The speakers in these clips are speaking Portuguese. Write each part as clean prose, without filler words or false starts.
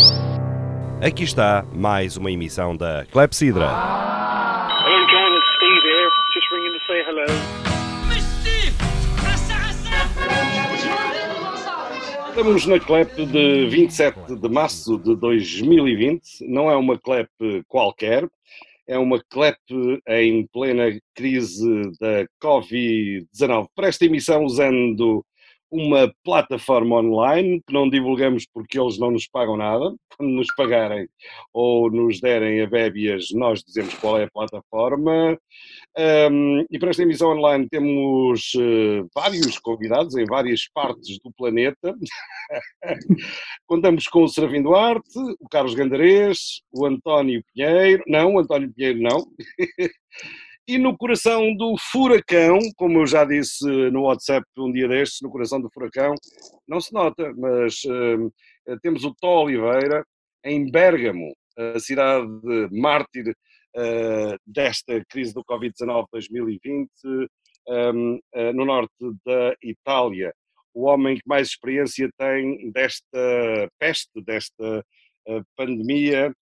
Aqui está mais uma emissão da Clepsidra. Hello, John. It's Steve here. Just ringing to say hello. Estamos na CLEP de 27 de março de 2020. Não é uma CLEP qualquer, é uma CLEP em plena crise da Covid-19. Para esta emissão, usando uma plataforma online que não divulgamos porque eles não nos pagam nada. Quando nos pagarem ou nos derem a bébias, nós dizemos qual é a plataforma. E para esta emissão online temos vários convidados em várias partes do planeta. Contamos com o Serafim Duarte, o Carlos Gandarês, o António Pinheiro, não, o António Pinheiro não, e no coração do furacão, como eu já disse no WhatsApp um dia destes, no coração do furacão, não se nota, mas temos o Tó Oliveira, em Bérgamo, a cidade mártir desta crise do Covid-19 2020, no norte da Itália. O homem que mais experiência tem desta peste, desta pandemia.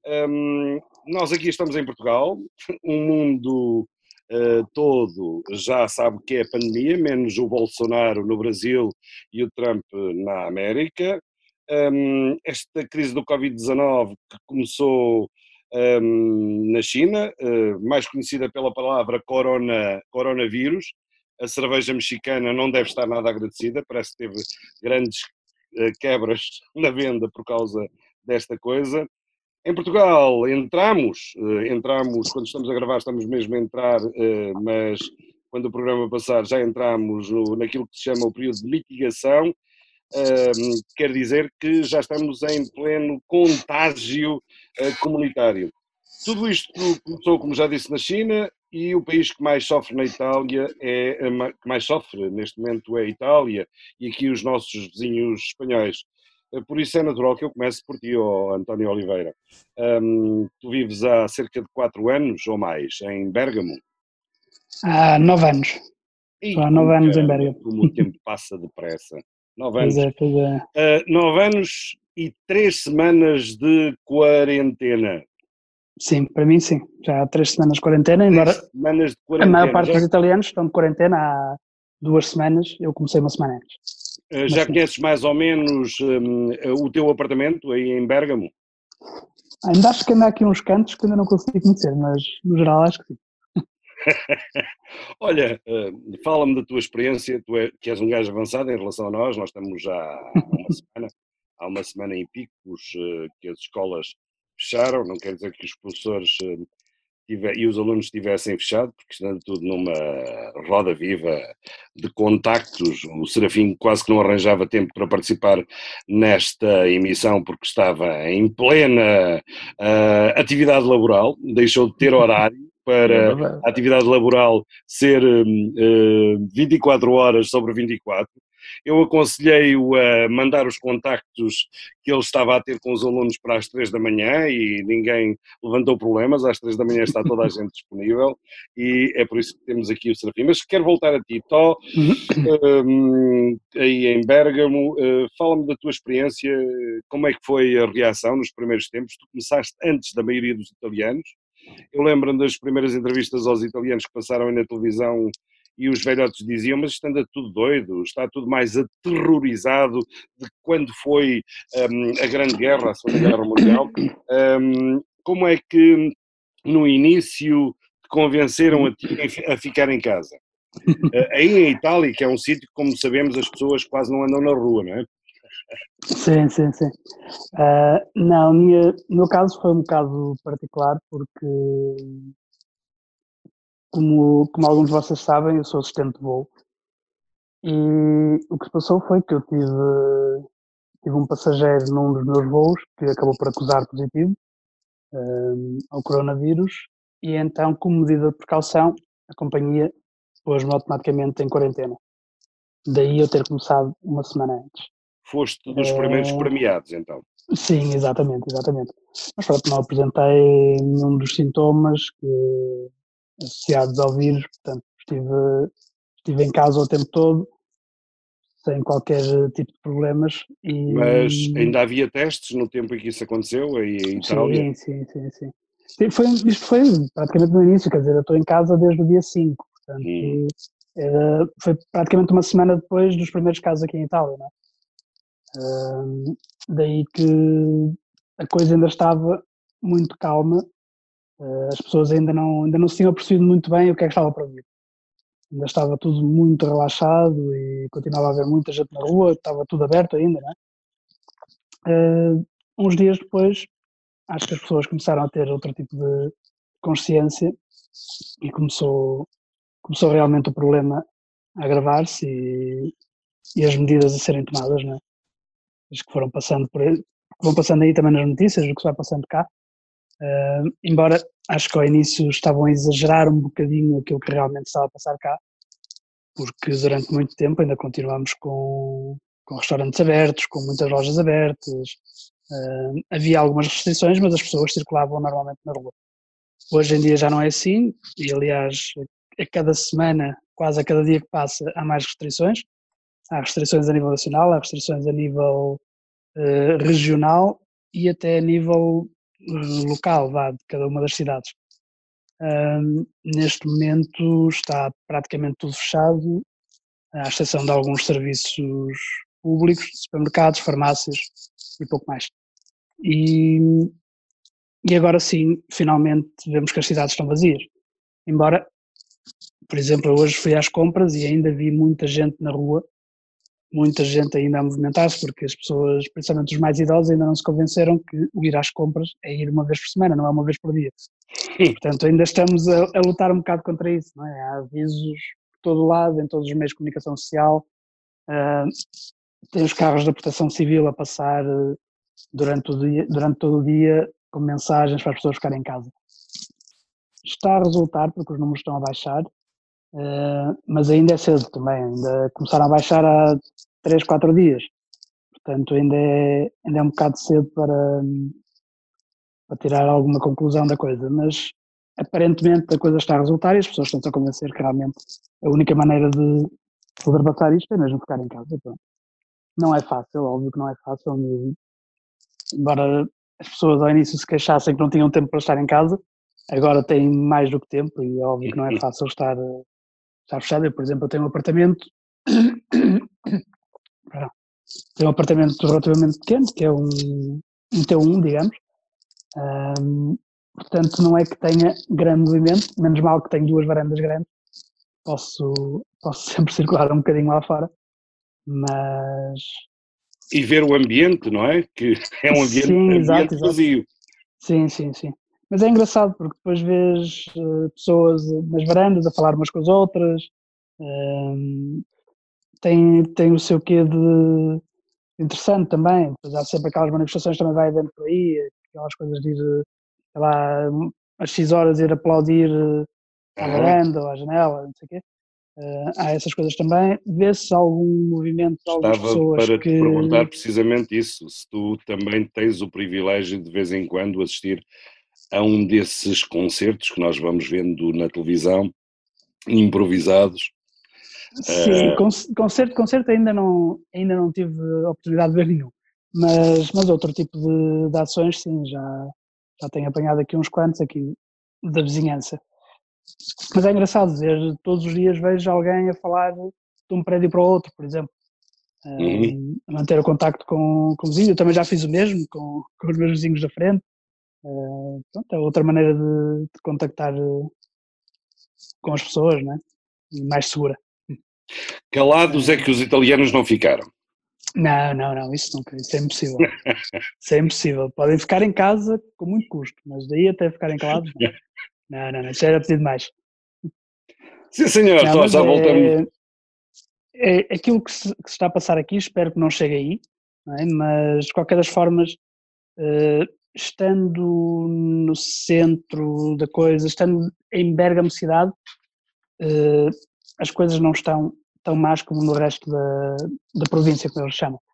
Nós aqui estamos em Portugal, o mundo todo já sabe o que é a pandemia, menos o Bolsonaro no Brasil e o Trump na América. Esta crise do Covid-19 que começou na China, mais conhecida pela palavra coronavírus. A cerveja mexicana não deve estar nada agradecida, parece que teve grandes quebras na venda por causa desta coisa. Em Portugal entramos, quando estamos a gravar estamos mesmo a entrar, mas quando o programa passar já entramos naquilo que se chama o período de mitigação, quer dizer que já estamos em pleno contágio comunitário. Tudo isto começou, como já disse, na China, e o país que mais sofre na Itália que mais sofre neste momento é a Itália, e aqui os nossos vizinhos espanhóis. Por isso é natural que eu comece por ti, António Oliveira. Tu vives há cerca de 4 anos ou mais em Bérgamo? Há 9 anos. E Há 9 anos em Bérgamo. como o tempo passa depressa. 9 anos. Pois é. 9 anos e 3 semanas de quarentena. Sim, para mim sim. Já há 3 semanas de quarentena, embora 3 semanas de quarentena. a maior parte dos italianos estão de quarentena há 2 semanas, eu comecei uma semana antes. Já conheces mais ou menos o teu apartamento aí em Bérgamo? Ainda acho que anda aqui uns cantos que ainda não consegui conhecer, mas no geral acho que sim. Olha, fala-me da tua experiência, que és um gajo avançado em relação a nós estamos já há uma semana e picos que as escolas fecharam, não quer dizer que os professores e os alunos estivessem fechados, porque estando tudo numa roda viva de contactos. O Serafim quase que não arranjava tempo para participar nesta emissão porque estava em plena atividade laboral, deixou de ter horário para a atividade laboral ser 24 horas sobre 24. Eu aconselhei-o a mandar os contactos que ele estava a ter com os alunos para as 3 da manhã e ninguém levantou problemas. Às 3 da manhã está toda a gente disponível e é por isso que temos aqui o Serafim. Mas quero voltar a ti, Tó, aí em Bérgamo. Fala-me da tua experiência, como é que foi a reação nos primeiros tempos? Tu começaste antes da maioria dos italianos. Eu lembro-me das primeiras entrevistas aos italianos que passaram aí na televisão e os velhotes diziam, mas isto anda tudo doido, está tudo mais aterrorizado de quando foi a Grande Guerra, a Segunda Guerra Mundial. Como é que no início te convenceram a ti a ficar em casa? Aí em Itália, que é um sítio que, como sabemos, as pessoas quase não andam na rua, não é? Sim. Não, no meu caso foi um bocado particular porque, como alguns de vocês sabem, eu sou assistente de voo e o que se passou foi que eu tive um passageiro num dos meus voos que acabou por acusar positivo ao coronavírus e então, como medida de precaução, a companhia pôs-me automaticamente em quarentena. Daí eu ter começado uma semana antes. Foste dos primeiros premiados, então. Sim, exatamente. Mas pronto, não apresentei nenhum dos sintomas associados ao vírus, portanto estive em casa o tempo todo, sem qualquer tipo de problemas. Mas ainda havia testes no tempo em que isso aconteceu, aí em Itália? Sim. Isto foi praticamente no início, quer dizer, eu estou em casa desde o dia 5, portanto, foi praticamente uma semana depois dos primeiros casos aqui em Itália, não é? Daí que a coisa ainda estava muito calma, as pessoas ainda não se tinham percebido muito bem o que é que estava para vir. Ainda estava tudo muito relaxado e continuava a haver muita gente na rua, estava tudo aberto ainda, não é? Uns dias depois, acho que as pessoas começaram a ter outro tipo de consciência e começou realmente o problema a agravar-se e as medidas a serem tomadas, não é? As que foram passando vão passando aí também nas notícias, o que se vai passando cá. Embora acho que ao início estavam a exagerar um bocadinho aquilo que realmente estava a passar cá, porque durante muito tempo ainda continuamos com restaurantes abertos, com muitas lojas abertas, havia algumas restrições, mas as pessoas circulavam normalmente na rua. Hoje em dia já não é assim, e aliás, a cada semana, quase a cada dia que passa, há mais restrições. Há restrições a nível nacional, há restrições a nível regional e até a nível local, de cada uma das cidades. Neste momento está praticamente tudo fechado, à exceção de alguns serviços públicos, supermercados, farmácias e pouco mais. E agora sim, finalmente vemos que as cidades estão vazias. Embora, por exemplo, eu hoje fui às compras e ainda vi muita gente na rua, muita gente ainda a movimentar-se, porque as pessoas, principalmente os mais idosos, ainda não se convenceram que o ir às compras é ir uma vez por semana, não é uma vez por dia. Portanto, ainda estamos a lutar um bocado contra isso, não é? Há avisos por todo lado, em todos os meios de comunicação social, tem os carros da Proteção Civil a passar durante todo o dia com mensagens para as pessoas ficarem em casa. Está a resultar, porque os números estão a baixar, mas ainda é cedo também, ainda começaram a baixar há 3, 4 dias, portanto ainda é um bocado cedo para tirar alguma conclusão da coisa, mas aparentemente a coisa está a resultar e as pessoas estão-se a convencer que realmente a única maneira de ultrapassar isto é mesmo ficar em casa. Pronto. Não é fácil, óbvio que não é fácil, embora as pessoas ao início se queixassem que não tinham tempo para estar em casa, agora têm mais do que tempo e é óbvio que não é fácil estar fechado. Eu, por exemplo, eu tenho um apartamento relativamente pequeno, que é um T1, digamos, portanto não é que tenha grande movimento, menos mal que tenho 2 varandas grandes, posso sempre circular um bocadinho lá fora, mas... E ver o ambiente, não é? Que é um ambiente, Sim, ambiente exato. vazio. Sim. Mas é engraçado, porque depois vês pessoas nas varandas a falar umas com as outras, tem o seu quê de interessante também, depois há sempre aquelas manifestações, também vai havendo por aí, aquelas coisas de ir, sei lá, às X horas ir aplaudir à varanda ou à janela, não sei o quê. Há essas coisas também. Vê-se algum movimento de algumas Estava pessoas para que... te perguntar precisamente isso, se tu também tens o privilégio de vez em quando assistir a um desses concertos que nós vamos vendo na televisão, improvisados. Sim, concerto ainda não tive a oportunidade de ver nenhum, mas outro tipo de ações sim, já tenho apanhado aqui uns quantos aqui da vizinhança. Mas é engraçado ver, todos os dias vejo alguém a falar de um prédio para o outro, por exemplo, a manter o contacto com o vizinho. Eu também já fiz o mesmo com os meus vizinhos da frente. Pronto, é outra maneira de contactar com as pessoas, não é? E mais segura. Calados é que os italianos não ficaram. Não, isso nunca, isso é impossível. Isso é impossível. Podem ficar em casa com muito custo, mas daí até ficarem calados, não, isso era pedir demais. Sim, senhor, Não, nós mas já voltamos. é aquilo que se está a passar aqui, espero que não chegue aí, não é? Mas de qualquer das formas, estando no centro da coisa, estando em Bergamo cidade, as coisas não estão tão más como no resto da província, como eles chamam.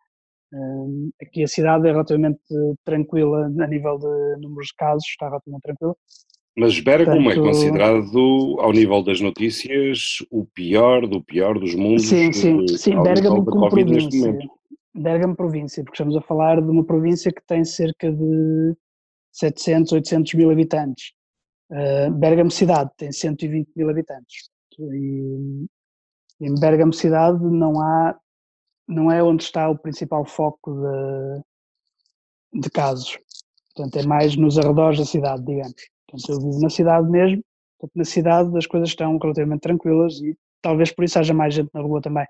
Aqui a cidade é relativamente tranquila a nível de números de casos, está relativamente tranquila, Mas Bergamo é Portanto, considerado, ao nível das notícias, o pior do pior dos mundos sim, ao nível Bérgamo da como Covid neste província. momento. Bérgamo província, porque estamos a falar de uma província que tem cerca de 700, 800 mil habitantes. Bérgamo cidade tem 120 mil habitantes. E em Bérgamo cidade não é onde está o principal foco de casos. Portanto, é mais nos arredores da cidade, digamos. Portanto, eu vivo na cidade mesmo. Portanto, na cidade as coisas estão relativamente tranquilas e talvez por isso haja mais gente na rua também.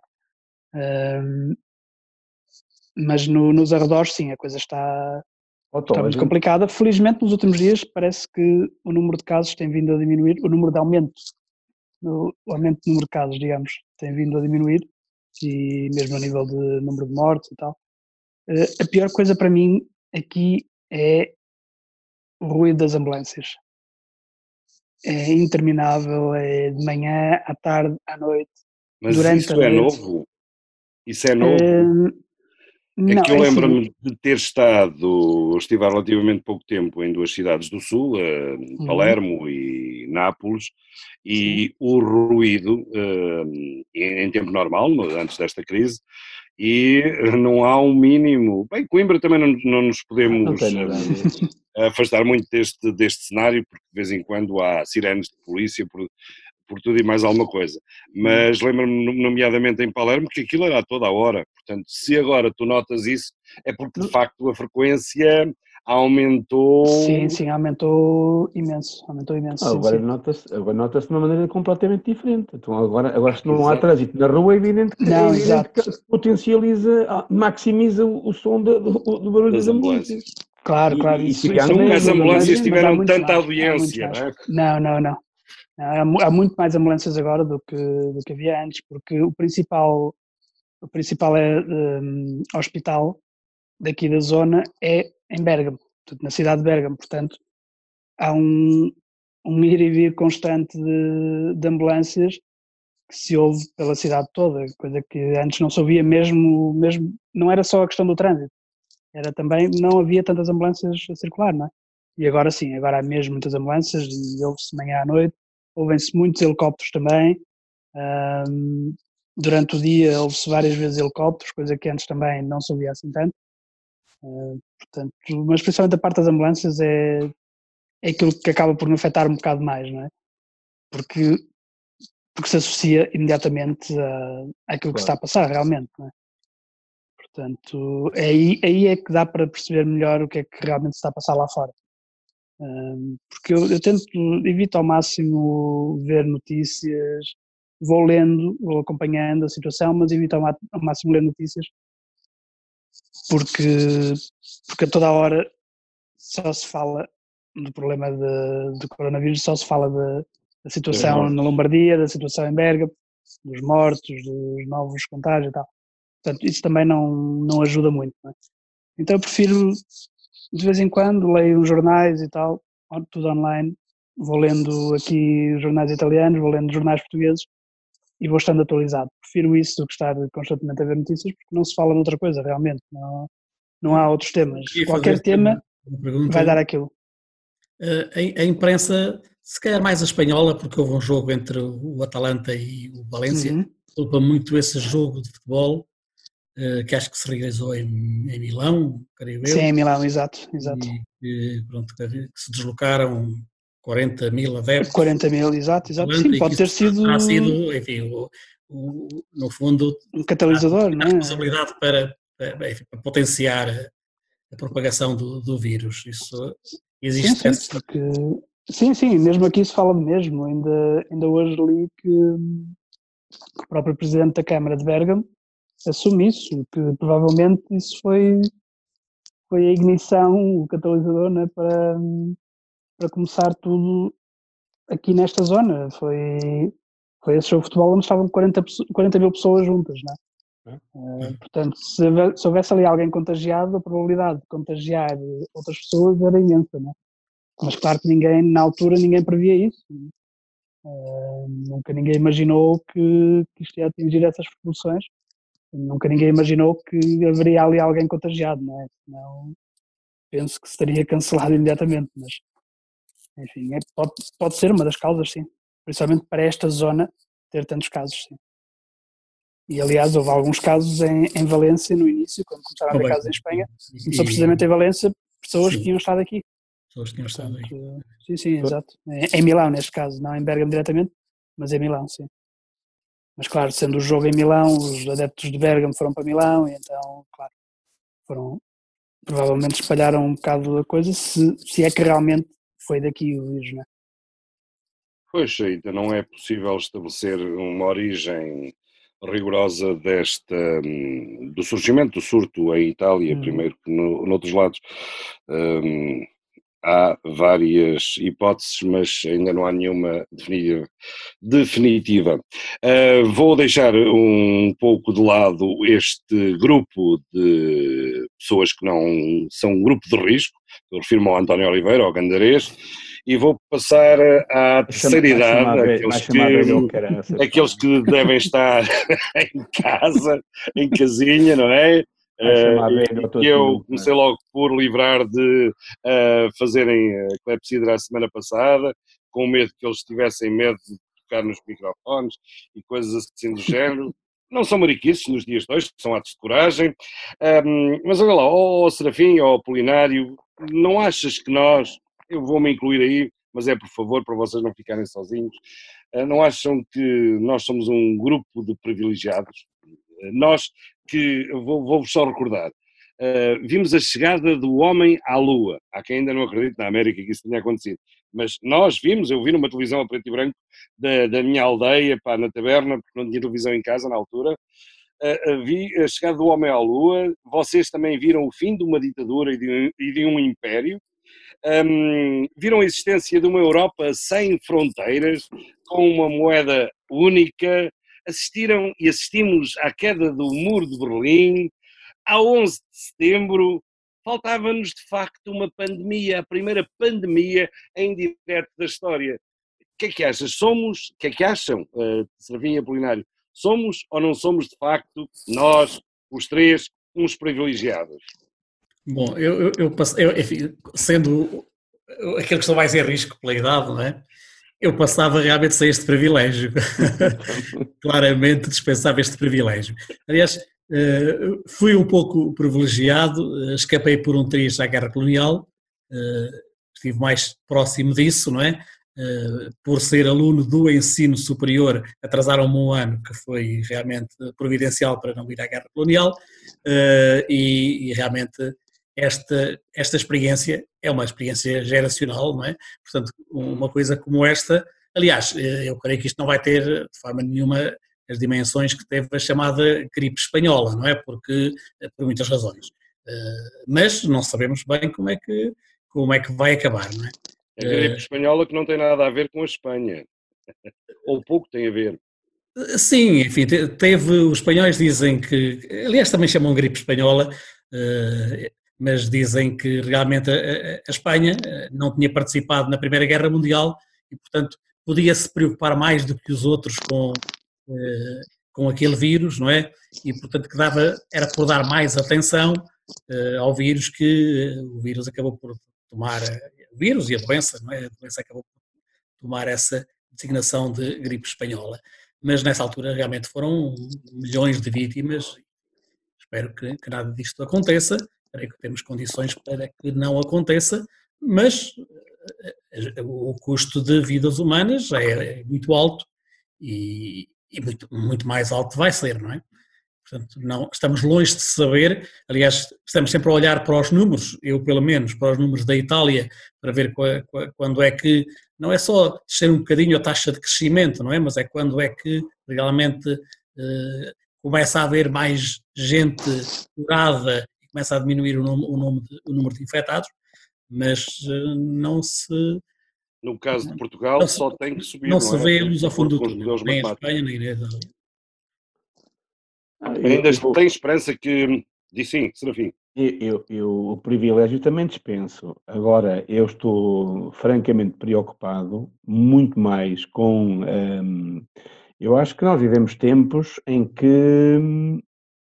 Mas nos arredores, sim, a coisa está muito complicada. Felizmente, nos últimos dias, parece que o número de casos tem vindo a diminuir, o número de aumento, o aumento do número de casos, digamos, tem vindo a diminuir, e mesmo a nível de número de mortes e tal. A pior coisa para mim aqui é o ruído das ambulâncias. É interminável, é de manhã, à tarde, à noite, Mas durante a isso é noite. novo? Isso é novo? É Não, que eu é assim. lembro-me de ter estive há relativamente pouco tempo em duas cidades do Sul, Palermo e Nápoles, Sim. e o ruído, em tempo normal, antes desta crise, e não há um mínimo. Bem, Coimbra também não nos Não podemos tem nada a ver. afastar muito deste cenário, porque de vez em quando há sirenes de polícia por tudo e mais alguma coisa. Mas lembro-me, nomeadamente em Palermo, que aquilo era a toda a hora. Portanto, se agora tu notas isso, é porque de facto a frequência aumentou. Sim, aumentou imenso, Agora sim. nota-se de uma maneira completamente diferente. Então, agora se não há Exato. trânsito na rua, é Não, evidente exato. que se potencializa, maximiza o som do barulho das ambulâncias. Claro, Isso isso fica também Nunca as ajuda, ambulâncias mas há tiveram muito tanta mais, há muito audiência, mais. não é? Não. Há muito mais ambulâncias agora do que havia antes, porque o principal hospital daqui da zona é em Bérgamo, portanto, na cidade de Bérgamo, portanto, há um ir e vir constante de ambulâncias que se ouve pela cidade toda, coisa que antes não se ouvia mesmo, não era só a questão do trânsito, era também, não havia tantas ambulâncias a circular, não é? E agora sim, agora há mesmo muitas ambulâncias e ouve-se manhã à noite, ouvem-se muitos helicópteros também, durante o dia ouve-se várias vezes helicópteros, coisa que antes também não se ouvia assim tanto, portanto, mas principalmente a parte das ambulâncias é aquilo que acaba por me afetar um bocado mais, não é? Porque se associa imediatamente àquilo que está a passar realmente, não é? Portanto, aí é que dá para perceber melhor o que é que realmente se está a passar lá fora. Porque eu evito ao máximo ver notícias, vou lendo, vou acompanhando a situação, mas evito ao máximo ler notícias, porque a toda a hora só se fala do problema de coronavírus, só se fala da situação na Lombardia, da situação em Bérgamo, dos mortos, dos novos contágios e tal. Portanto, isso também não ajuda muito, não é? Então eu prefiro, de vez em quando, leio uns jornais e tal, tudo online, vou lendo aqui jornais italianos, vou lendo jornais portugueses e vou estando atualizado. Prefiro isso do que estar constantemente a ver notícias, porque não se fala de outra coisa, realmente. Não há outros temas. Qualquer tema vai dar aquilo. A imprensa, se calhar mais a espanhola, porque houve um jogo entre o Atalanta e o Valência, culpa muito esse jogo de futebol, que acho que se realizou em Milão, creio eu. Sim, em Milão, exato. E pronto, que se deslocaram 40 mil adeptos. 40 mil, exato. Sim, pode ter sido... Terá sido, enfim, no fundo, um catalisador, não é? Responsabilidade para potenciar a propagação do vírus. Isso existe. Sim, mesmo aqui se fala de mesmo. Ainda hoje li que o próprio presidente da Câmara de Bérgamo assume isso, que provavelmente isso foi a ignição, o catalisador, né, para começar tudo aqui nesta zona. Foi esse jogo de futebol onde estavam 40 mil pessoas juntas, não é? Portanto, se houvesse ali alguém contagiado, a probabilidade de contagiar outras pessoas era imensa, não é? Mas claro que na altura ninguém previa isso. Nunca ninguém imaginou que isto ia atingir essas proporções. Nunca ninguém imaginou que haveria ali alguém contagiado, não é? Senão penso que se teria cancelado imediatamente, mas enfim, pode ser uma das causas, sim. Principalmente para esta zona ter tantos casos, sim. E aliás, houve alguns casos em Valência no início, quando começaram a haver casos em Espanha, começou precisamente em Valência pessoas que tinham estado aqui. Pessoas que tinham estado aí. Sim, exato. Em Milão, neste caso, não em Bérgamo diretamente, mas em Milão, sim. Mas claro, sendo o jogo em Milão, os adeptos de Bérgamo foram para Milão e então, claro, provavelmente espalharam um bocado a coisa, se é que realmente foi daqui o vírus, não é? Pois, ainda não é possível estabelecer uma origem rigorosa do surgimento do surto em Itália, primeiro que noutros lados. Há várias hipóteses, mas ainda não há nenhuma definitiva. Vou deixar um pouco de lado este grupo de pessoas que não são um grupo de risco, eu refiro-me ao António Oliveira, ao Gandarês, e vou passar à terceira idade, aqueles que devem estar em casa, em casinha, não é? E eu comecei logo por livrar de fazerem a clepsidra a semana passada, com medo que eles tivessem medo de tocar nos microfones e coisas assim do género. Não são mariquices nos dias de hoje, são atos de coragem. Mas olha lá, ao Serafim, ao Apolinário, não achas que eu vou-me incluir aí, mas é por favor, para vocês não ficarem sozinhos, não acham que nós somos um grupo de privilegiados? Nós que, vou-vos só recordar, vimos a chegada do homem à Lua. Há quem ainda não acredite na América que isso tenha acontecido, mas eu vi numa televisão a preto e branco da minha aldeia, na taberna, porque não tinha televisão em casa na altura, vi a chegada do homem à Lua. Vocês também viram o fim de uma ditadura e de um império. Viram a existência de uma Europa sem fronteiras, com uma moeda única. Assistimos à queda do muro de Berlim. A 11 de setembro faltava-nos de facto uma pandemia, a primeira pandemia em direto da história. O que é que achas? O que é que acham, Serafim e Apolinário? Somos ou não somos de facto, nós, os três, uns privilegiados? Bom, enfim, sendo aquele que estou mais em risco pela idade, não é? Eu passava realmente sem este privilégio. Claramente dispensava este privilégio. Aliás, fui um pouco privilegiado, escapei por um triz à guerra colonial, estive mais próximo disso, não é? Por ser aluno do ensino superior, atrasaram-me um ano, que foi realmente providencial para não ir à guerra colonial, e realmente esta experiência é uma experiência geracional, não é? Portanto, uma coisa como esta, aliás, eu creio que isto não vai ter de forma nenhuma as dimensões que teve a chamada gripe espanhola, não é? Porque, por muitas razões. Mas não sabemos bem como é que vai acabar, não é? A gripe espanhola que não tem nada a ver com a Espanha. Ou pouco tem a ver. Sim, enfim, os espanhóis dizem que, aliás também chamam gripe espanhola, mas dizem que realmente a Espanha não tinha participado na Primeira Guerra Mundial e, portanto, podia-se preocupar mais do que os outros com aquele vírus, não é? E, portanto, era por dar mais atenção ao vírus que o vírus acabou por tomar, o vírus e a doença, não é? A doença acabou por tomar essa designação de gripe espanhola. Mas nessa altura realmente foram milhões de vítimas. Espero que nada disto aconteça. Creio que temos condições para que não aconteça, mas o custo de vidas humanas é muito alto e muito, muito mais alto vai ser, não é? Portanto, não, estamos longe de saber, aliás, estamos sempre a olhar para os números, eu pelo menos, para os números da Itália, para ver quando é que, não é só descer um bocadinho a taxa de crescimento, não é? Mas é quando é que realmente começa a haver mais gente curada e começa a diminuir o número de infectados, mas não se... No caso de Portugal, só tem que subir, não se vê luz ao fundo do túnel, nem em Espanha, nem na Itália. Ainda tem esperança que... Diz sim, Serafim. Eu o privilégio também dispenso. Agora, eu estou francamente preocupado, muito mais com... eu acho que nós vivemos tempos em que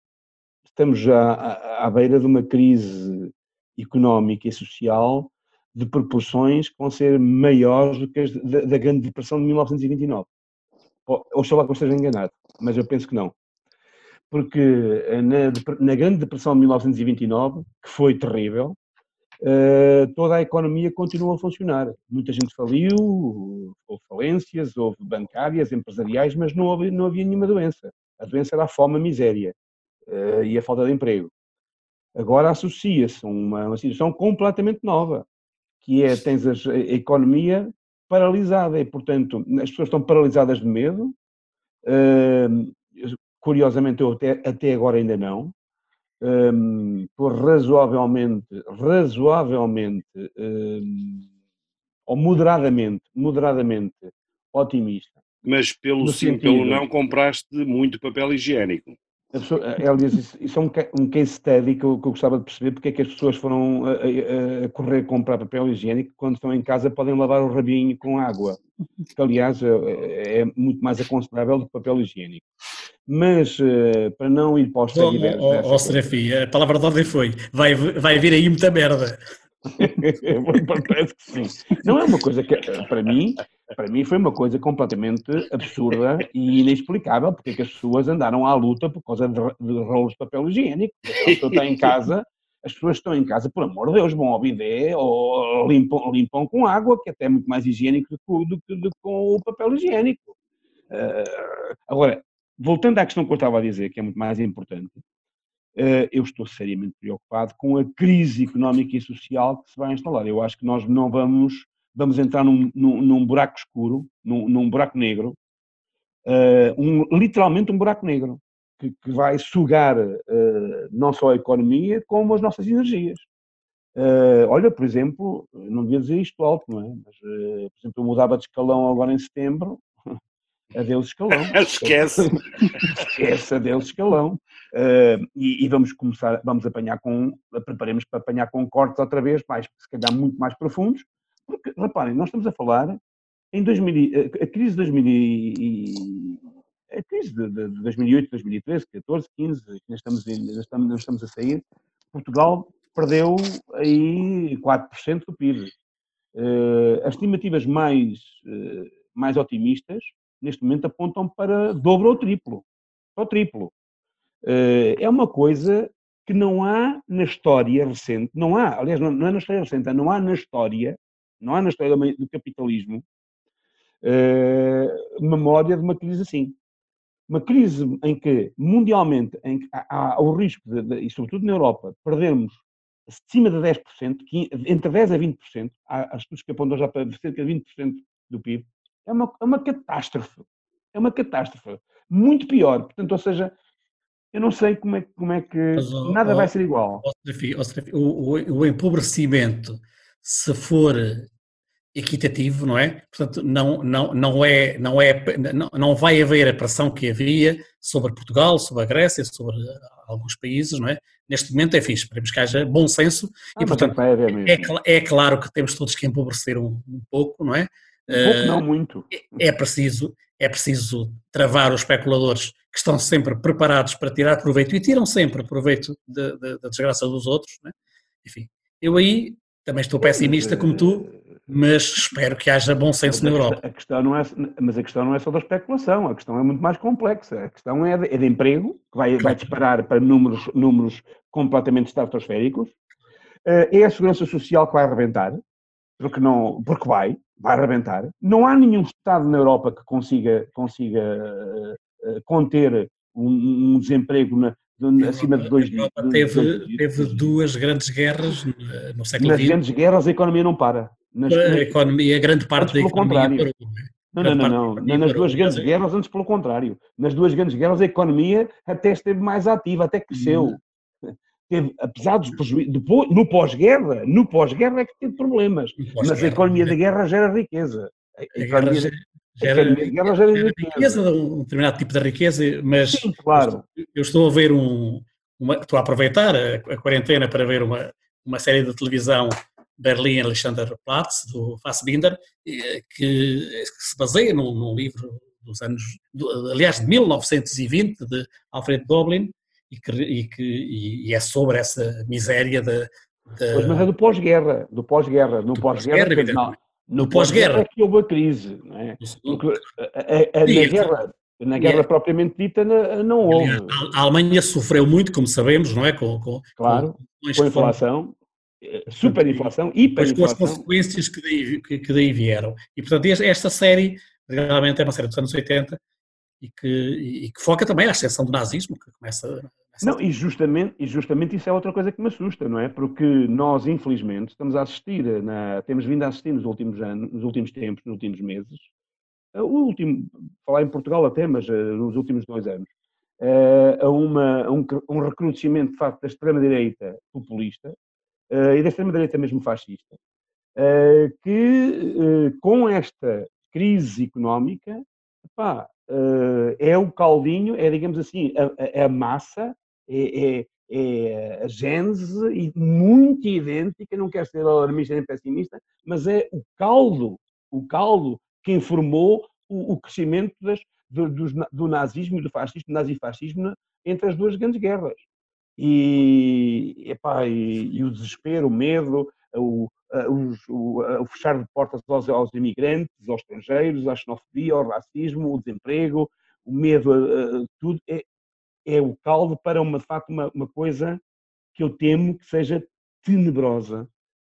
estamos já à beira de uma crise económica e social de proporções que vão ser maiores do que as da Grande Depressão de 1929. Oxalá que eu esteja enganado, mas eu penso que não. Porque na Grande Depressão de 1929, que foi terrível, toda a economia continua a funcionar. Muita gente faliu, houve falências, houve bancárias, empresariais, mas não havia nenhuma doença. A doença era a fome, a miséria e a falta de emprego. Agora associa-se a uma situação completamente nova, que é, tens a economia paralisada e, portanto, as pessoas estão paralisadas de medo. Curiosamente, eu até agora ainda não. Estou razoavelmente, ou moderadamente otimista. Mas pelo sim, pelo não, compraste muito papel higiênico. Aliás, isso é um case study que eu gostava de perceber, porque é que as pessoas foram a correr comprar papel higiênico quando estão em casa podem lavar o rabinho com água, que aliás é muito mais aconselhável do que papel higiênico. Mas para não ir para os Ó Serafim, a palavra de ordem foi, vai vir aí muita merda. Parece que sim. Não é uma coisa que, para mim foi uma coisa completamente absurda e inexplicável, porque é que as pessoas andaram à luta por causa de rolos de papel higiênico. As pessoas estão em casa, por amor de Deus, vão ao bidé ou limpam com água, que até é muito mais higiênico do que com o papel higiênico. Agora, voltando à questão que eu estava a dizer, que é muito mais importante, eu estou seriamente preocupado com a crise económica e social que se vai instalar. Eu acho que nós não vamos entrar num buraco escuro, num buraco negro, literalmente um buraco negro, que vai sugar não só a economia, como as nossas energias. Olha, por exemplo, não devia dizer isto alto, não é? Mas, por exemplo, eu mudava de escalão agora em setembro. Adeus escalão. Esquece, adeus escalão. E preparemos para apanhar com cortes outra vez, se calhar muito mais profundos, porque, reparem, nós estamos a falar em a crise de 2008, 2013, 14, 15, nós estamos a sair, Portugal perdeu aí 4% do PIB. As estimativas mais otimistas neste momento apontam para dobro ou triplo. É uma coisa que não há na história recente, aliás, não é na história recente, não há na história do capitalismo memória de uma crise assim. Uma crise em que, mundialmente, em que há o risco, e sobretudo na Europa, perdermos acima de 10%, entre 10% a 20%, há estudos que apontam já para cerca de 20% do PIB, é uma catástrofe. É uma catástrofe. Muito pior. Portanto, ou seja, eu não sei como é que nada vai ser igual. O empobrecimento, se for equitativo, não é? Portanto, não vai haver a pressão que havia sobre Portugal, sobre a Grécia, sobre alguns países, não é? Neste momento é fixe, esperemos que haja bom senso e, portanto, é claro que temos todos que empobrecer um pouco, não é? Pouco não, muito. É preciso travar os especuladores que estão sempre preparados para tirar proveito e tiram sempre proveito da desgraça dos outros, não é? Enfim, eu aí também estou pessimista como tu, mas espero que haja bom senso na Europa. Mas a questão não é só da especulação, a questão é muito mais complexa. A questão é de emprego, que vai disparar para números completamente estratosféricos. É a segurança social que vai arrebentar, porque vai arrebentar. Não há nenhum Estado na Europa que consiga conter um desemprego acima de 2 mil. Teve duas grandes guerras no século XX. Nas grandes guerras a economia não para. Grande parte da economia parou. Não. Nas duas grandes guerras, antes pelo contrário. Nas duas grandes guerras a economia até esteve mais ativa, até cresceu. Apesar dos prejuízos, no pós-guerra é que teve problemas. Mas a economia da guerra gera riqueza. A economia da guerra gera riqueza. Um determinado tipo de riqueza, mas sim, claro. Eu estou a ver estou a aproveitar a quarentena para ver uma série de televisão Berlim Alexanderplatz, do Fassbinder, que se baseia num livro dos anos, aliás, de 1920, de Alfred Döblin, e é sobre essa miséria Pois, mas é do pós-guerra. No pós-guerra, evidentemente. no pós-guerra é que houve a crise, não é? Porque na guerra propriamente dita não houve. A Alemanha sofreu muito, como sabemos, não é? Claro, com a inflação, superinflação, hiperinflação. Com as consequências que daí vieram. E, portanto, esta série, realmente é uma série dos anos 80 e que foca também a ascensão do nazismo, que começa... Não, e justamente isso é outra coisa que me assusta, não é? Porque nós, infelizmente, estamos a assistir, temos vindo a assistir nos últimos anos, nos últimos tempos, nos últimos meses, falar em Portugal até, mas nos últimos 2 anos, a um recrudescimento, de facto, da extrema-direita populista e da extrema-direita mesmo fascista, que com esta crise económica, é o caldinho, é, digamos assim, a massa, é a gênese e muito idêntica, não quero ser alarmista nem pessimista, mas é o caldo que informou o crescimento do nazismo e do fascismo, do nazifascismo entre as 2 grandes guerras. E o desespero, o medo, o fechar de portas aos imigrantes, aos estrangeiros, à xenofobia, ao racismo, o desemprego, o medo, tudo é o caldo para de facto uma coisa que eu temo que seja tenebrosa.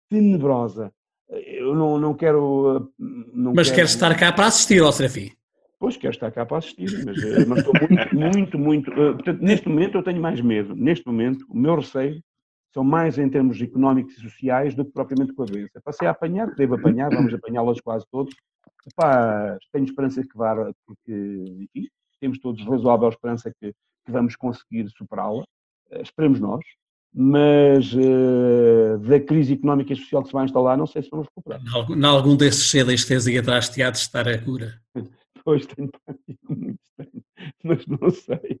Eu não quero... Mas queres estar cá para assistir ao Serafim? Pois, quero estar cá para assistir, mas estou muito... Portanto, neste momento eu tenho mais medo. Neste momento, o meu receio são mais em termos económicos e sociais do que propriamente com a doença. Passei a apanhar, devo apanhar, vamos apanhá-las quase todos. Tenho esperança que vá, porque, enfim, temos todos razoável esperança que vamos conseguir superá-la. Esperemos nós. Mas da crise económica e social que se vai instalar, não sei se vamos recuperar. Em algum desses CDs que tens aí atrás de teatro estar a cura? Pois, tenho muito estranho, mas não sei.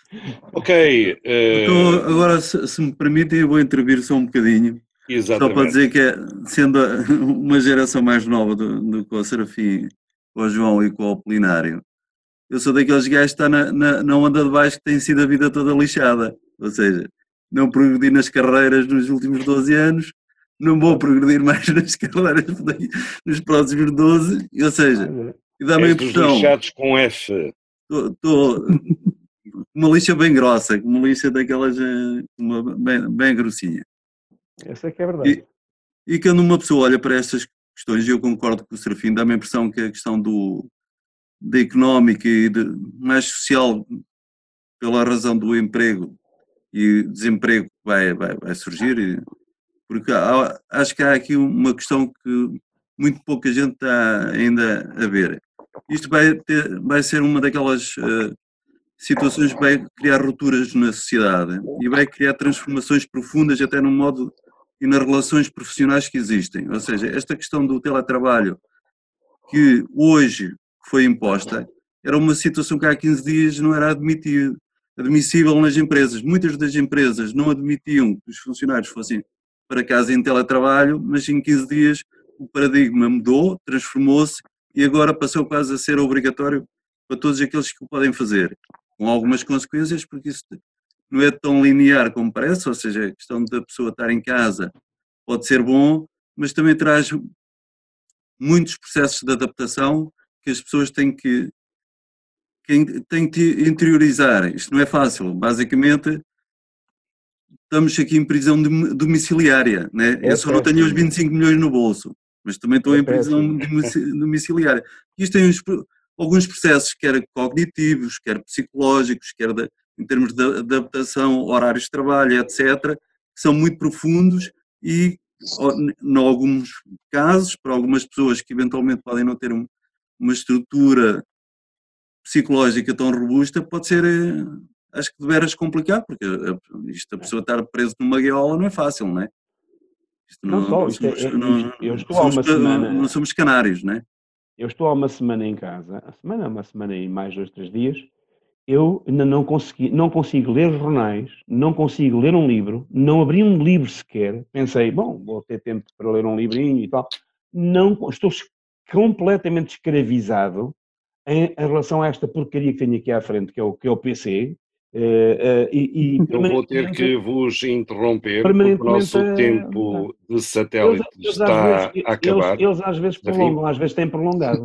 Ok. Então, agora, se me permitem, eu vou intervir só um bocadinho. Exatamente. Só para dizer que, sendo uma geração mais nova do que o Serafim, com o João e com o Apolinário, eu sou daqueles gajos que está na onda de baixo que tem sido a vida toda lixada. Ou seja, não progredi nas carreiras nos últimos 12 anos, não vou progredir mais nas carreiras nos próximos 12, ou seja, e dá-me a impressão... lixados com F. Estou uma lixa bem grossa, uma lixa daquelas bem grossinha. Essa é que é verdade. E quando uma pessoa olha para estas questões, e eu concordo com o Serafim, dá-me a impressão que a questão da económica e mais social, pela razão do emprego e desemprego vai surgir, porque acho que há aqui uma questão que muito pouca gente está ainda a ver. Isto vai ser uma daquelas situações que vai criar rupturas na sociedade e vai criar transformações profundas até no modo e nas relações profissionais que existem. Ou seja, esta questão do teletrabalho que hoje foi imposta era uma situação que há 15 dias não era admissível nas empresas. Muitas das empresas não admitiam que os funcionários fossem para casa em teletrabalho, mas em 15 dias o paradigma mudou, transformou-se e agora passou quase a ser obrigatório para todos aqueles que o podem fazer, com algumas consequências, porque isso não é tão linear como parece, ou seja, a questão da pessoa estar em casa pode ser bom, mas também traz muitos processos de adaptação que as pessoas têm que interiorizar. Isto não é fácil. Basicamente, estamos aqui em prisão domiciliária, né? Eu só não tenho os 25 milhões no bolso, mas também estou em prisão domiciliária. Isto tem alguns processos, quer cognitivos, quer psicológicos, quer em termos de adaptação, horários de trabalho, etc., que são muito profundos e, em alguns casos, para algumas pessoas que eventualmente podem não ter uma estrutura psicológica tão robusta, pode ser, acho que de veras complicado, porque a pessoa estar preso numa gaiola não é fácil, não é? Não somos canários, não é? Eu estou há uma semana em casa, uma semana e mais 2, 3 dias, eu ainda não consigo ler jornais, não consigo ler um livro, não abri um livro sequer, pensei, bom, vou ter tempo para ler um livrinho e tal, não, estou completamente escravizado em relação a esta porcaria que tenho aqui à frente, que é o PC, Não vou ter que vos interromper, porque o nosso tempo de satélite está a acabar. Eles às vezes prolongam, às vezes têm prolongado.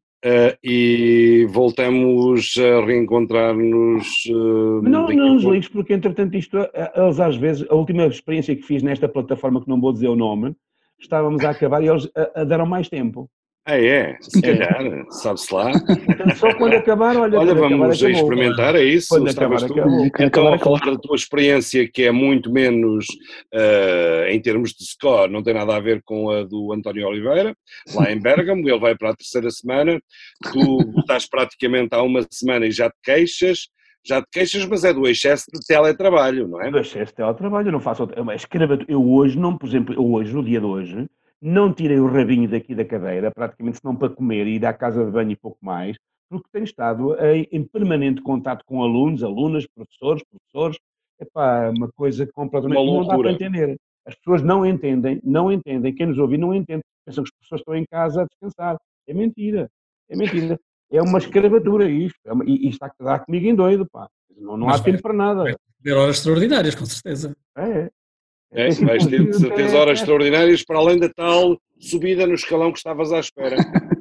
E voltamos a reencontrar-nos. Não nos ligues, porque entretanto eles às vezes, a última experiência que fiz nesta plataforma, que não vou dizer o nome, estávamos a acabar e eles deram mais tempo. Se calhar, sabe-se lá. Portanto, só quando acabar, olha vamos acabar, experimentar, é isso? Quando acabar, acabou. Então, a falar da tua experiência, que é muito menos, em termos de score, não tem nada a ver com a do António Oliveira, lá em Bérgamo, ele vai para a terceira semana, tu estás praticamente há uma semana e já te queixas, mas é do excesso de teletrabalho, não é? Do excesso de teletrabalho, eu não faço outra. Eu hoje, não, por exemplo, no dia de hoje, não tirei o rabinho daqui da cadeira, praticamente senão para comer e ir à casa de banho e pouco mais, porque tenho estado em permanente contato com alunos, alunas, professores. É uma coisa completamente... Uma loucura. Não dá para entender. As pessoas não entendem, quem nos ouve não entende, pensam que as pessoas estão em casa a descansar. É mentira. É uma escravatura isto, e está a dar comigo em doido, pá. Não há tempo para nada. Vai ter horas extraordinárias, com certeza. Vais ter de certeza horas extraordinárias para além da tal subida no escalão que estavas à espera.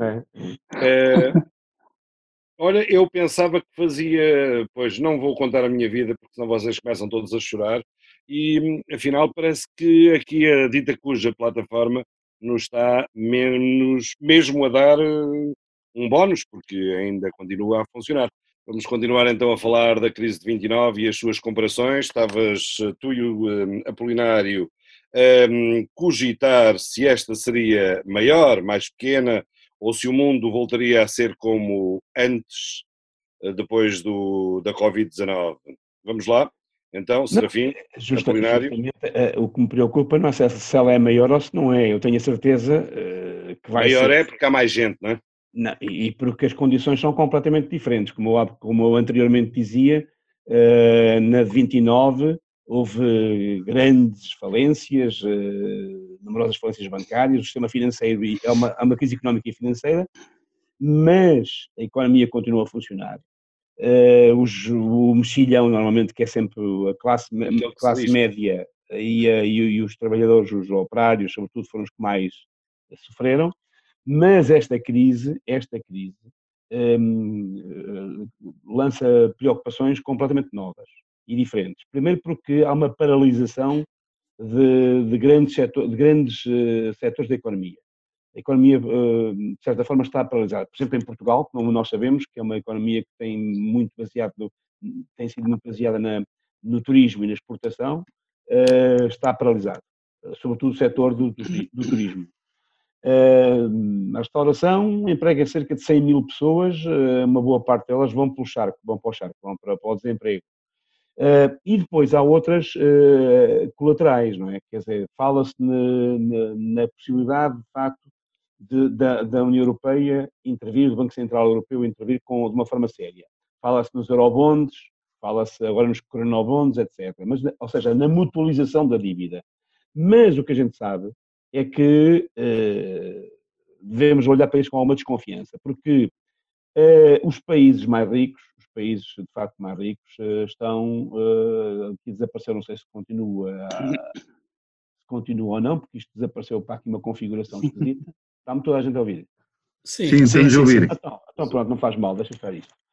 Olha, eu pensava que fazia, pois não vou contar a minha vida porque senão vocês começam todos a chorar e afinal parece que aqui a dita cuja plataforma nos está mesmo a dar um bónus porque ainda continua a funcionar. Vamos continuar então a falar da crise de 29 e as suas comparações. Estavas tu e o Apolinário a cogitar se esta seria maior, mais pequena, ou se o mundo voltaria a ser como antes, depois da Covid-19. Vamos lá? Então, Serafim, Apolinário. Justamente, o que me preocupa não é se ela é maior ou se não é. Eu tenho a certeza que vai maior ser. É porque há mais gente, não é? Não, e porque as condições são completamente diferentes. Como eu anteriormente dizia, na 29 houve grandes falências, numerosas falências bancárias, o sistema financeiro, é uma crise económica e financeira, mas a economia continua a funcionar. O mexilhão, normalmente, que é sempre a classe média e os trabalhadores, os operários, sobretudo, foram os que mais sofreram. Mas esta crise lança preocupações completamente novas e diferentes. Primeiro porque há uma paralisação de grandes setores da economia. A economia, de certa forma, está paralisada. Por exemplo, em Portugal, como nós sabemos, que é uma economia que tem sido muito baseada no turismo e na exportação, está paralisado. Sobretudo o setor do turismo. A restauração emprega cerca de 100 mil pessoas, uma boa parte delas vão para o charco, vão para o desemprego. E depois há outras colaterais, não é? Quer dizer, fala-se na possibilidade, de facto, da União Europeia intervir, do Banco Central Europeu intervir de uma forma séria. Fala-se nos eurobonds, fala-se agora nos coronabonds, etc. Mas, ou seja, na mutualização da dívida. Mas o que a gente sabe é que devemos olhar para isso com alguma desconfiança, porque os países mais ricos, de facto mais ricos, estão aqui a desaparecer, não sei se continua ou não, porque isto desapareceu para aqui uma configuração esquisita. Está-me toda a gente a ouvir? Sim, estamos a ouvir. Então pronto, não faz mal, deixa ficar isto.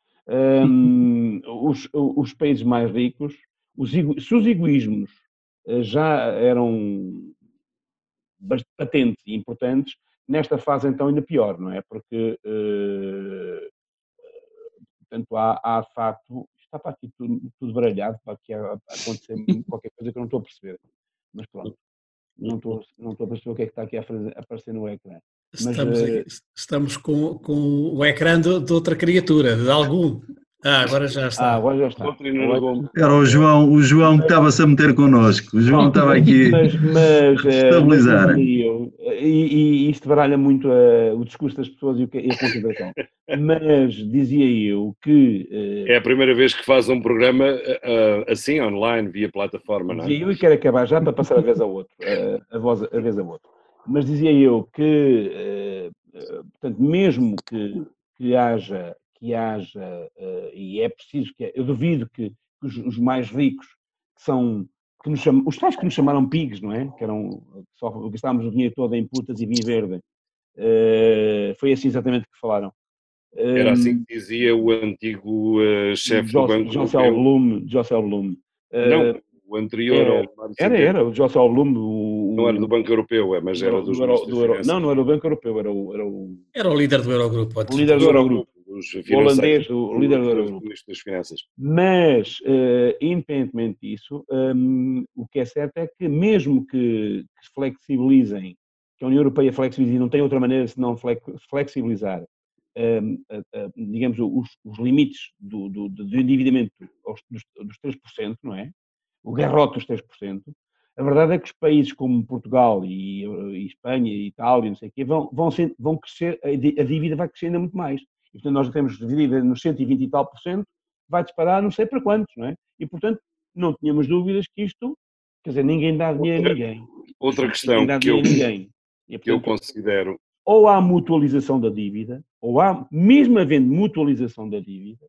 Os países mais ricos, se os egoísmos já eram bastante patentes e importantes, nesta fase então ainda pior, não é? Porque, portanto, há de facto, está para aqui tudo baralhado, para aqui acontecer qualquer coisa que eu não estou a perceber. Mas pronto, não estou a perceber o que é que está aqui a aparecer no ecrã. Estamos com o ecrã de outra criatura, de algum. Agora já está. Agora já está. Era o João que estava-se a meter connosco. O João estava aqui a estabilizar. E isto baralha muito o discurso das pessoas e a consideração. Mas dizia eu que... É a primeira vez que faz um programa assim, online, via plataforma, não é? Dizia eu, e quero acabar já para passar a vez ao outro. A vez ao outro. Mas dizia eu que, portanto, mesmo que haja, e é preciso eu duvido que os mais ricos, que são, os tais que nos chamaram pigs, não é? Que eram, só gastávamos o dinheiro todo em putas e vinho verde. Foi assim exatamente que falaram. Era assim que dizia o antigo chefe do Banco José Europeu. Blum. Não, o anterior ao Mário Centeno. Era o José Blum. Não era do Banco Europeu, mas era dos ministros das Finanças. Não era do Banco Europeu, Era o líder do Eurogrupo. O líder do Eurogrupo. O holandês, o líder do Eurogrupo. Ministro das Finanças. Mas, independentemente disso, o que é certo é que mesmo que se flexibilizem, que a União Europeia flexibilize, e não tem outra maneira senão flexibilizar, digamos, os limites do endividamento dos 3%, não é? O garrote dos 3%, a verdade é que os países como Portugal e Espanha e Itália, não sei o quê, vão crescer, a dívida vai crescer ainda muito mais. E, portanto, nós temos dívida nos 120 e tal por cento, vai disparar não sei para quantos, não é? E, portanto, não tínhamos dúvidas que isto, quer dizer, ninguém dá dinheiro a ninguém. Outra questão que eu considero... Ou há mutualização da dívida, ou há, mesmo havendo mutualização da dívida,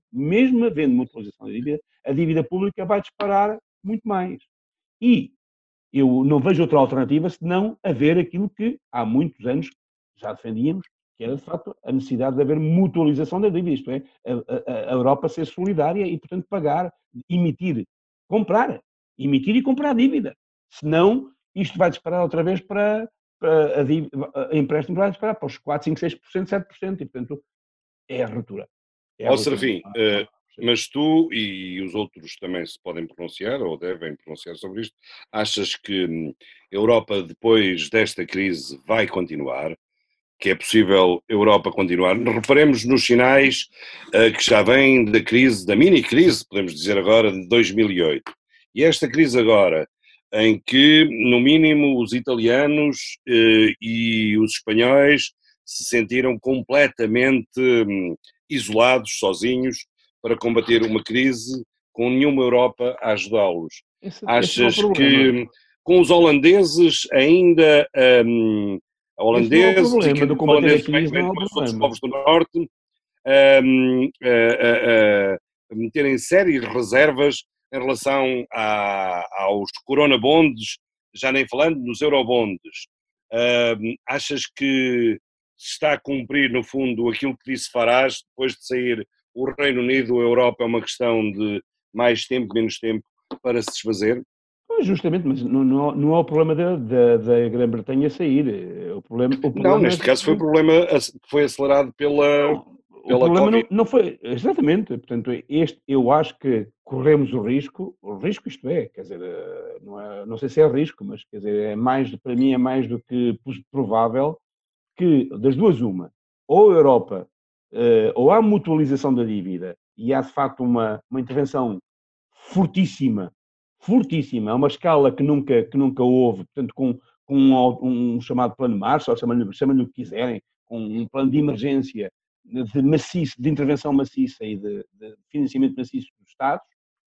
a dívida pública vai disparar muito mais. E eu não vejo outra alternativa senão haver aquilo que há muitos anos já defendíamos, que era de facto a necessidade de haver mutualização da dívida, isto é, a Europa ser solidária e, portanto, pagar, emitir e comprar dívida. Senão, isto vai disparar outra vez para a empréstimo vai disparar para os 4, 5, 6%, 7%, e, portanto, é a ruptura. Serafim, mas tu e os outros também se podem pronunciar, ou devem pronunciar sobre isto, achas que a Europa, depois desta crise, vai continuar? Que é possível a Europa continuar? Reparemos nos sinais que já vêm da crise, da mini-crise, podemos dizer agora, de 2008. E esta crise agora, em que, no mínimo, os italianos e os espanhóis se sentiram completamente isolados, sozinhos, para combater uma crise, com nenhuma Europa a ajudá-los. Achas que com os holandeses ainda... holandeses e que holandeses os povos do Norte meterem sérias reservas em relação aos coronabonds, já nem falando nos eurobonds. Achas que se está a cumprir, no fundo, aquilo que disse Farage, depois de sair o Reino Unido, a Europa é uma questão de mais tempo, menos tempo, para se desfazer? Justamente, mas não é o problema da Grã-Bretanha sair. O problema não, neste caso foi o problema que foi acelerado pela problema não foi, exatamente, portanto, eu acho que corremos o risco isto é, quer dizer, não sei se é risco, mas quer dizer, para mim é mais do que provável que, das duas uma, ou a Europa, ou há mutualização da dívida, e há de facto uma intervenção fortíssima, a uma escala que nunca houve, portanto, com um chamado plano Marshall, chamem-lhe o que quiserem, com um plano de emergência, de intervenção maciça e de financiamento maciço dos Estados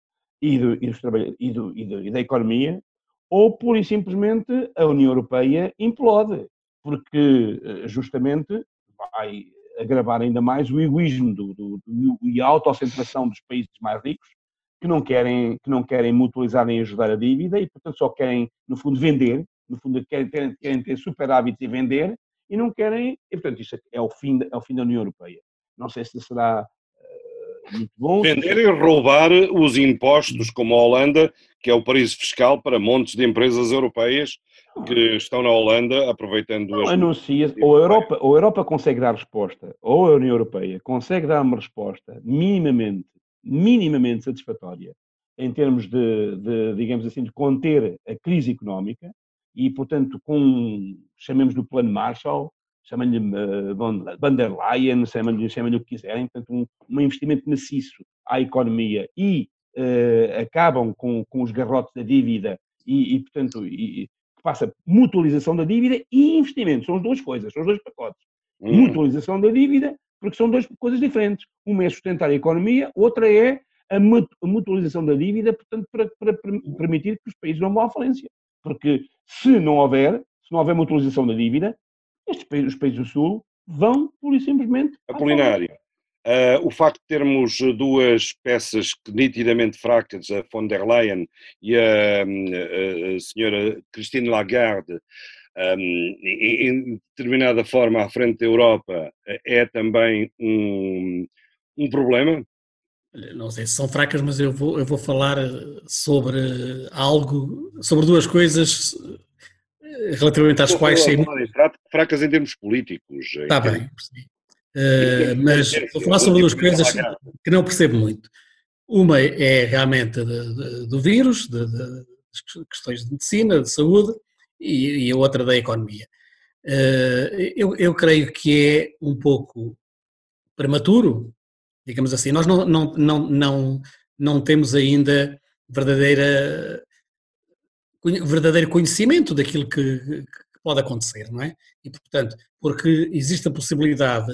e da economia, ou pura e simplesmente a União Europeia implode, porque justamente vai agravar ainda mais o egoísmo e a autocentração dos países mais ricos, que não querem mutualizar nem ajudar a dívida e, portanto, só querem, no fundo, vender, querem ter superávites e vender, e não querem, e portanto isso é o fim da União Europeia. Não sei se será muito bom. Vender e roubar os impostos, como a Holanda, que é o paraíso fiscal para montes de empresas europeias que estão na Holanda aproveitando ou a Europa consegue dar resposta, ou a União Europeia consegue dar uma resposta minimamente satisfatória em termos de digamos assim, de conter a crise económica e, portanto, chamemos do plano Marshall, chamem-lhe von der Leyen, chamem-lhe o que quiserem, portanto, um investimento maciço à economia e acabam com os garrotes da dívida e portanto, que passa mutualização da dívida e investimento. São as duas coisas, são os dois pacotes. Mutualização da dívida, porque são duas coisas diferentes. Uma é sustentar a economia, outra é a mutualização da dívida, portanto, para permitir que os países não vão à falência. Porque se não houver mutualização da dívida, os países do Sul vão, pura e simplesmente... Apolinário, O facto de termos duas peças que nitidamente fracas, a von der Leyen e a senhora Christine Lagarde, em determinada forma à frente da Europa, é também um problema? Não sei se são fracas, mas eu vou falar sobre sobre duas coisas relativamente às quais sei. Fracas em termos políticos. Está bem, percebi. Mas vou falar sobre duas coisas que não percebo muito. Uma é realmente do vírus, das questões de medicina, de saúde, e a outra da economia. Eu creio que é um pouco prematuro, digamos assim. Nós não temos ainda verdadeiro conhecimento daquilo que pode acontecer, não é? E, portanto, porque existe a possibilidade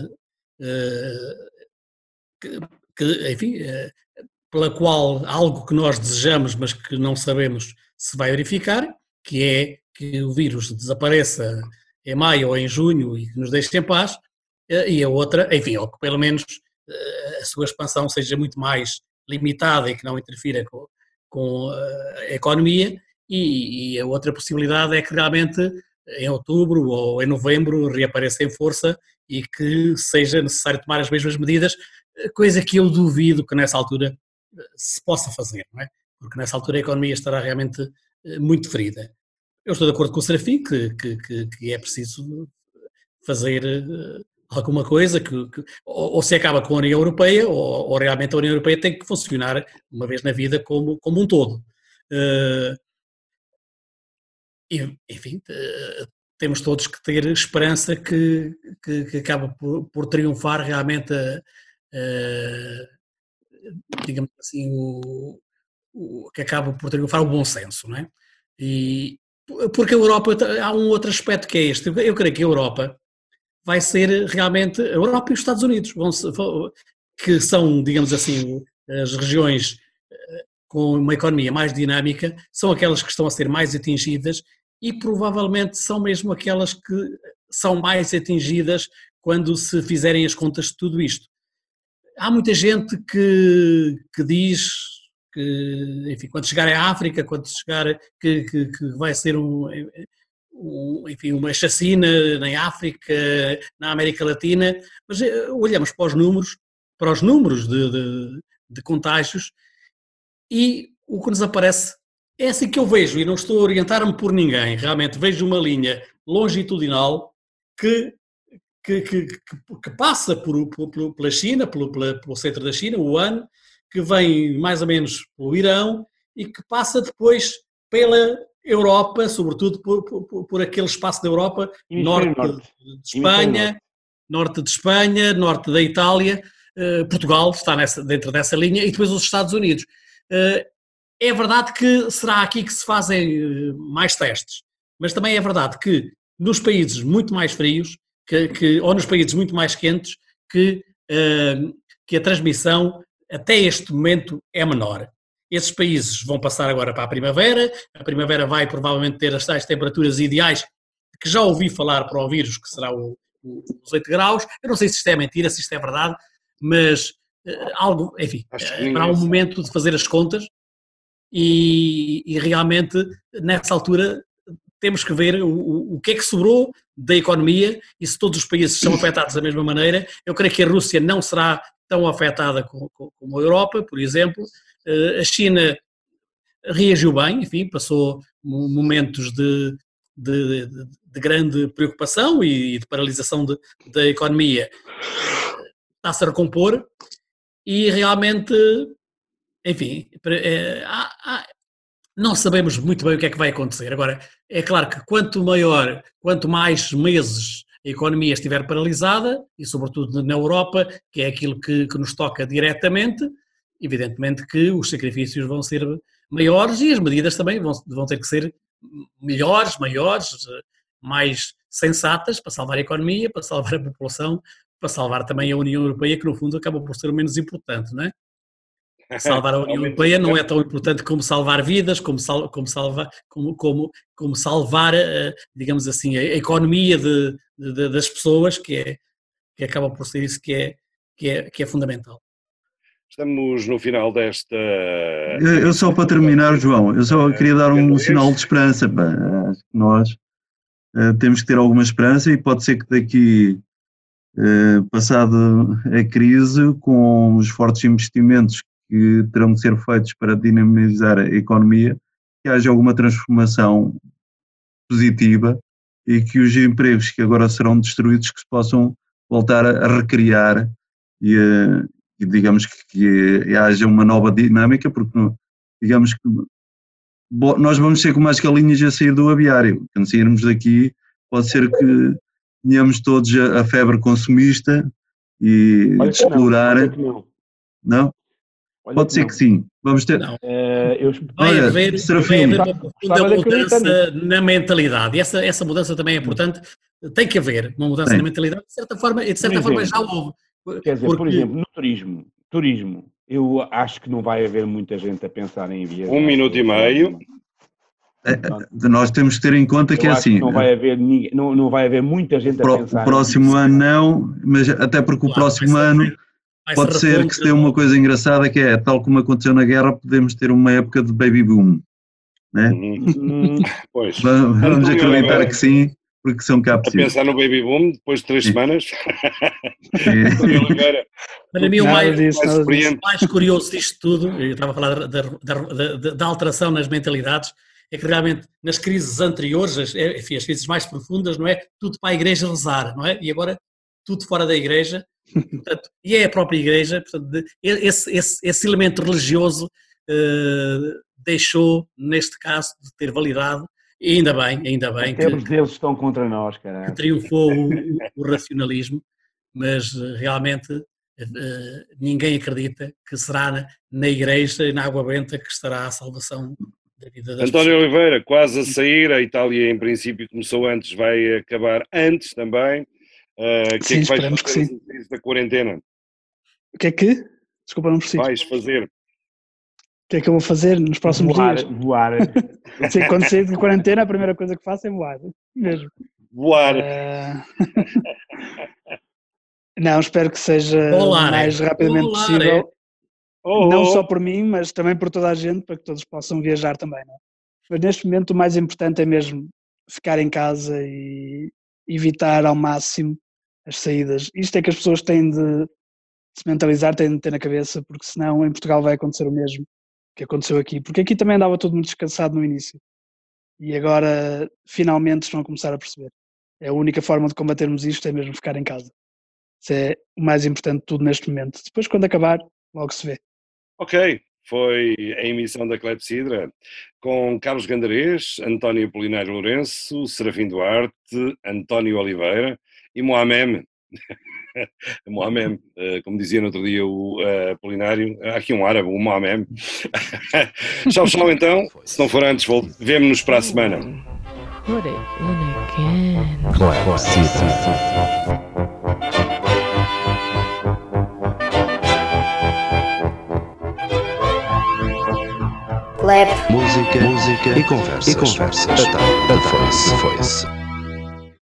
enfim, pela qual algo que nós desejamos, mas que não sabemos se vai verificar, que é que o vírus desapareça em maio ou em junho e que nos deixe em paz, e a outra, enfim, ou que pelo menos a sua expansão seja muito mais limitada e que não interfira com a economia, e a outra possibilidade é que realmente em outubro ou em novembro reapareça em força e que seja necessário tomar as mesmas medidas, coisa que eu duvido que nessa altura se possa fazer, não é? Porque nessa altura a economia estará realmente muito ferida. Eu estou de acordo com o Serafim que é preciso fazer alguma coisa, ou se acaba com a União Europeia, ou realmente a União Europeia tem que funcionar uma vez na vida como um todo. Enfim, temos todos que ter esperança que acaba por triunfar realmente digamos assim, que acaba por triunfar o bom senso, não é? Porque a Europa, há um outro aspecto que é este, eu creio que a Europa vai ser realmente, a Europa e os Estados Unidos, que são, digamos assim, as regiões com uma economia mais dinâmica, são aquelas que estão a ser mais atingidas e provavelmente são mesmo aquelas que são mais atingidas quando se fizerem as contas de tudo isto. Há muita gente que diz que, enfim, quando chegar à África, quando chegar, que vai ser enfim, uma chacina em África, na América Latina, mas olhamos para os números de contágios e o que nos aparece é assim que eu vejo, e não estou a orientar-me por ninguém, realmente vejo uma linha longitudinal que passa pela China, pelo centro da China, o Wuhan, que vem mais ou menos pelo Irão e que passa depois pela Europa, sobretudo por aquele espaço da Europa, norte de Espanha, norte da Itália, Portugal está dentro dessa linha e depois os Estados Unidos. É verdade que será aqui que se fazem mais testes, mas também é verdade que nos países muito mais frios, ou nos países muito mais quentes, que a transmissão até este momento é menor. Esses países vão passar agora para a primavera vai provavelmente ter as tais temperaturas ideais, que já ouvi falar para o vírus, que será os 8 graus, eu não sei se isto é mentira, se isto é verdade, mas algo, enfim, para um momento de fazer as contas e realmente nessa altura temos que ver o que é que sobrou da economia e se todos os países são afetados da mesma maneira. Eu creio que a Rússia não será tão afetada como a Europa, por exemplo. A China reagiu bem, enfim, passou momentos de grande preocupação e de paralisação da economia. Está-se a recompor e realmente, enfim, não sabemos muito bem o que é que vai acontecer. Agora, é claro que quanto mais meses a economia estiver paralisada, e sobretudo na Europa, que é aquilo que nos toca diretamente, evidentemente que os sacrifícios vão ser maiores e as medidas também vão ter que ser melhores, maiores, mais sensatas para salvar a economia, para salvar a população, para salvar também a União Europeia, que no fundo acaba por ser o menos importante, não é? Salvar a União Europeia não é tão importante como salvar vidas, como salvar, digamos assim, a economia das pessoas, que acaba por ser isso que que é fundamental. Estamos no final desta... Eu só para terminar, João, eu só queria dar um sinal de esperança. Acho que nós temos que ter alguma esperança e pode ser que daqui, passado a crise, com os fortes investimentos que terão de ser feitos para dinamizar a economia, que haja alguma transformação positiva e que os empregos que agora serão destruídos que se possam voltar a recriar e digamos que haja uma nova dinâmica, porque digamos que nós vamos ser como as galinhas a sair do aviário. Quando sairmos daqui, pode ser que tenhamos todos a febre consumista e de explorar. Não? Pode ser que sim. Vamos ter. Vai haver uma profunda mudança na mentalidade. E essa mudança também é importante. Tem que haver uma mudança na mentalidade. De certa forma já houve. Quer dizer, por exemplo, no turismo, eu acho que não vai haver muita gente a pensar em viajar. 1 minuto e meio. Nós temos que ter em conta que é assim. Não vai haver muita gente a pensar. O próximo ano não, mas até porque o próximo ano pode ser que se dê uma coisa engraçada que é, tal como aconteceu na guerra, podemos ter uma época de baby boom. Né? Pois. Vamos acreditar que sim. Porque são cá a pensar no baby boom depois de 3 semanas. Para mim, o mais curioso disto tudo, eu estava a falar da alteração nas mentalidades, é que realmente nas crises anteriores, enfim, as crises mais profundas, não é? Tudo para a igreja rezar, não é? E agora tudo fora da igreja, portanto, e é a própria igreja, portanto, esse elemento religioso deixou, neste caso, de ter validade. E ainda bem que eles estão contra nós, caralho. Que triunfou o racionalismo, mas realmente ninguém acredita que será na igreja e na água benta que estará a salvação da vida das pessoas. António Oliveira, quase a sair, a Itália em princípio começou antes, vai acabar antes também. Sim, que é que vais esperamos fazer que sim. da quarentena? O que é que? Desculpa, não percebi. Vais fazer? O que é que eu vou fazer nos próximos dias? Voar. Quando sair de quarentena, a primeira coisa que faço é voar. Mesmo. Voar. Não, espero que seja o mais rapidamente possível. Não só por mim, mas também por toda a gente, para que todos possam viajar também. Não é? Mas neste momento o mais importante é mesmo ficar em casa e evitar ao máximo as saídas. Isto é que as pessoas têm de se mentalizar, têm de ter na cabeça, porque senão em Portugal vai acontecer o mesmo que aconteceu aqui, porque aqui também andava tudo muito descansado no início e agora finalmente estão a começar a perceber. É a única forma de combatermos isto, é mesmo ficar em casa. Isso é o mais importante de tudo neste momento. Depois, quando acabar, logo se vê. Ok, foi a emissão da Clepsidra com Carlos Gandarês, António Apolinário Lourenço, Serafim Duarte, António Oliveira e Mohamed. Mohamed, como dizia no outro dia o Apolinário, há aqui um árabe, o Mohamed. Tchau, então. Se não for antes, vemo-nos para a semana. Put it in again. Música e conversas. Da Foice.